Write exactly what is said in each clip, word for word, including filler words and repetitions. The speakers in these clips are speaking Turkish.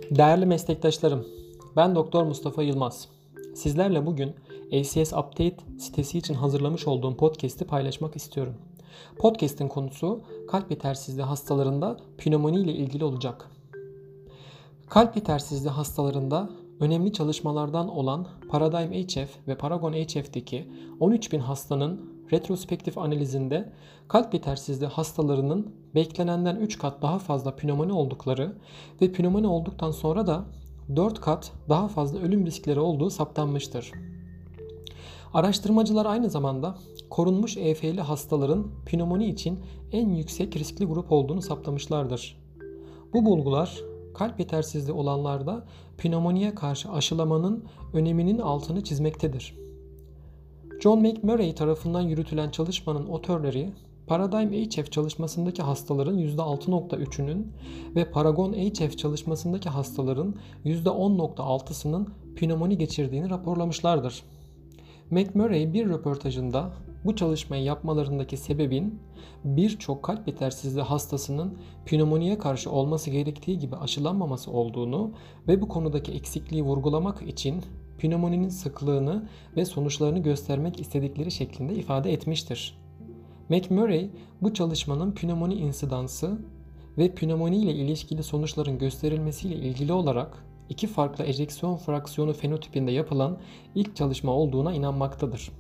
Değerli meslektaşlarım, ben Doktor Mustafa Yılmaz. Sizlerle bugün A C S Update sitesi için hazırlamış olduğum podcast'i paylaşmak istiyorum. Podcast'in konusu kalp yetersizliği hastalarında pnömoni ile ilgili olacak. Kalp yetersizliği hastalarında önemli çalışmalardan olan Paradigm H F ve Paragon H F'deki on üç bin hastanın retrospektif analizinde kalp yetersizliği hastalarının beklenenden üç kat daha fazla pnömoni oldukları ve pnömoni olduktan sonra da dört kat daha fazla ölüm riskleri olduğu saptanmıştır. Araştırmacılar aynı zamanda korunmuş E F'li hastaların pnömoni için en yüksek riskli grup olduğunu saptamışlardır. Bu bulgular kalp yetersizliği olanlarda pnömoniye karşı aşılamanın öneminin altını çizmektedir. John McMurray tarafından yürütülen çalışmanın otörleri, Paradigm H F çalışmasındaki hastaların yüzde altı nokta üçünün ve Paragon H F çalışmasındaki hastaların yüzde on nokta altısının pnömoni geçirdiğini raporlamışlardır. McMurray bir röportajında bu çalışmayı yapmalarındaki sebebin birçok kalp yetersizliği hastasının pnömoniye karşı olması gerektiği gibi aşılanmaması olduğunu ve bu konudaki eksikliği vurgulamak için pnömoninin sıklığını ve sonuçlarını göstermek istedikleri şeklinde ifade etmiştir. McMurray bu çalışmanın pnömoni insidansı ve pnömoni ile ilişkili sonuçların gösterilmesiyle ilgili olarak iki farklı ejeksiyon fraksiyonu fenotipinde yapılan ilk çalışma olduğuna inanmaktadır.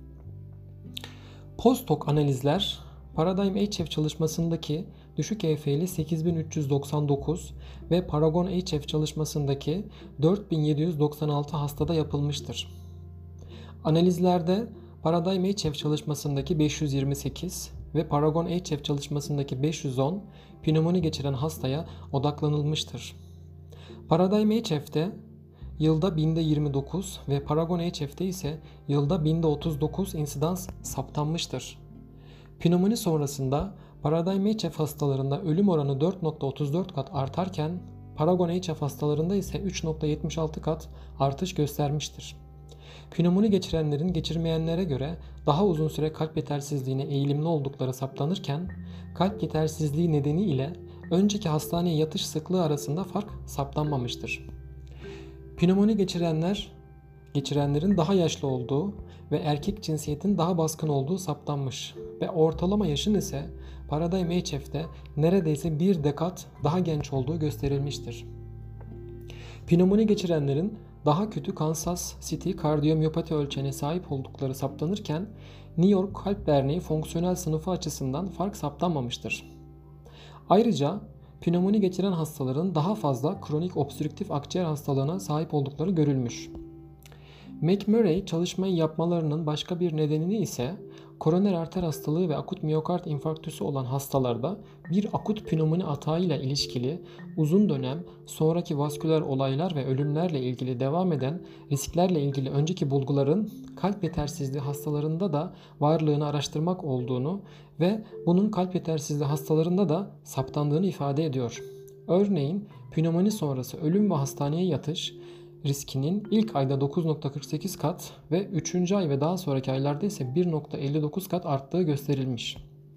Post-hoc analizler Paradigm H F çalışmasındaki düşük E F'li sekiz bin üç yüz doksan dokuz ve Paragon H F çalışmasındaki dört bin yedi yüz doksan altı hastada yapılmıştır. Analizlerde Paradigm H F çalışmasındaki beş yüz yirmi sekiz ve Paragon H F çalışmasındaki beş yüz on pnömoni geçiren hastaya odaklanılmıştır. Paradigm H F'de yılda binde yirmi dokuz ve Paragon H F'de ise yılda binde otuz dokuz insidans saptanmıştır. Pnömoni sonrasında Paradigm H F hastalarında ölüm oranı dört nokta otuz dört kat artarken Paragon H F hastalarında ise üç nokta yetmiş altı kat artış göstermiştir. Pnömoni geçirenlerin geçirmeyenlere göre daha uzun süre kalp yetersizliğine eğilimli oldukları saptanırken kalp yetersizliği nedeniyle önceki hastaneye yatış sıklığı arasında fark saptanmamıştır. Pnömoni geçirenler, geçirenlerin daha yaşlı olduğu ve erkek cinsiyetin daha baskın olduğu saptanmış ve ortalama yaşın ise Paradigm H F'de neredeyse bir dekat daha genç olduğu gösterilmiştir. Pnömoni geçirenlerin daha kötü Kansas City kardiyomiyopati ölçeğine sahip oldukları saptanırken New York Kalp Derneği fonksiyonel sınıfı açısından fark saptanmamıştır. Ayrıca pnömoni geçiren hastaların daha fazla kronik obstrüktif akciğer hastalığına sahip oldukları görülmüş. McMurray çalışmayı yapmalarının başka bir nedenini ise koroner arter hastalığı ve akut miyokard infarktüsü olan hastalarda bir akut pnömoni atağıyla ilişkili uzun dönem sonraki vasküler olaylar ve ölümlerle ilgili devam eden risklerle ilgili önceki bulguların kalp yetersizliği hastalarında da varlığını araştırmak olduğunu ve bunun kalp yetersizliği hastalarında da saptandığını ifade ediyor. Örneğin pnömoni sonrası ölüm ve hastaneye yatış riskinin ilk ayda dokuz nokta kırk sekiz kat ve üçüncü ay ve daha sonraki aylarda ise bir nokta elli dokuz kat arttığı gösterilmiş.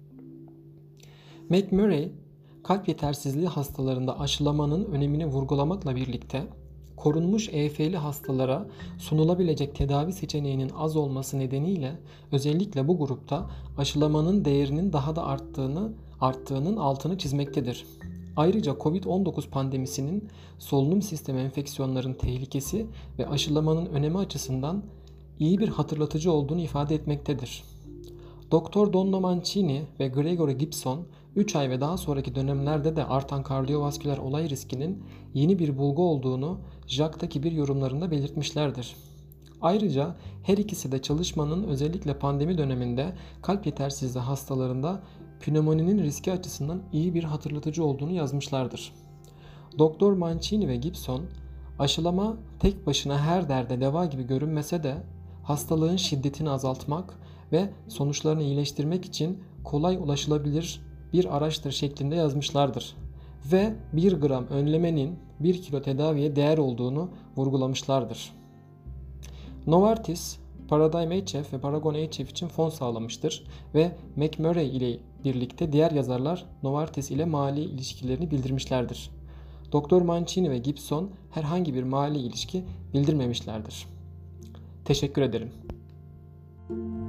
McMurray, kalp yetersizliği hastalarında aşılamanın önemini vurgulamakla birlikte korunmuş E F'li hastalara sunulabilecek tedavi seçeneğinin az olması nedeniyle özellikle bu grupta aşılamanın değerinin daha da arttığını, arttığının altını çizmektedir. Ayrıca kovid on dokuz pandemisinin solunum sistemi enfeksiyonların tehlikesi ve aşılamanın önemi açısından iyi bir hatırlatıcı olduğunu ifade etmektedir. Doktor Donno Mancini ve Gregory Gibson, üç ay ve daha sonraki dönemlerde de artan kardiyovasküler olay riskinin yeni bir bulgu olduğunu J A C'taki bir yorumlarında belirtmişlerdir. Ayrıca her ikisi de çalışmanın özellikle pandemi döneminde kalp yetersizliği hastalarında pnömoninin riski açısından iyi bir hatırlatıcı olduğunu yazmışlardır. Doktor Mancini ve Gibson, aşılama tek başına her derde deva gibi görünmese de hastalığın şiddetini azaltmak ve sonuçlarını iyileştirmek için kolay ulaşılabilir bir araçtır şeklinde yazmışlardır ve bir gram önlemenin bir kilo tedaviye değer olduğunu vurgulamışlardır. Novartis, Paradigm H F ve Paragon H F için fon sağlamıştır ve McMurray ile birlikte diğer yazarlar Novartis ile mali ilişkilerini bildirmişlerdir. Doktor Mancini ve Gibson herhangi bir mali ilişki bildirmemişlerdir. Teşekkür ederim.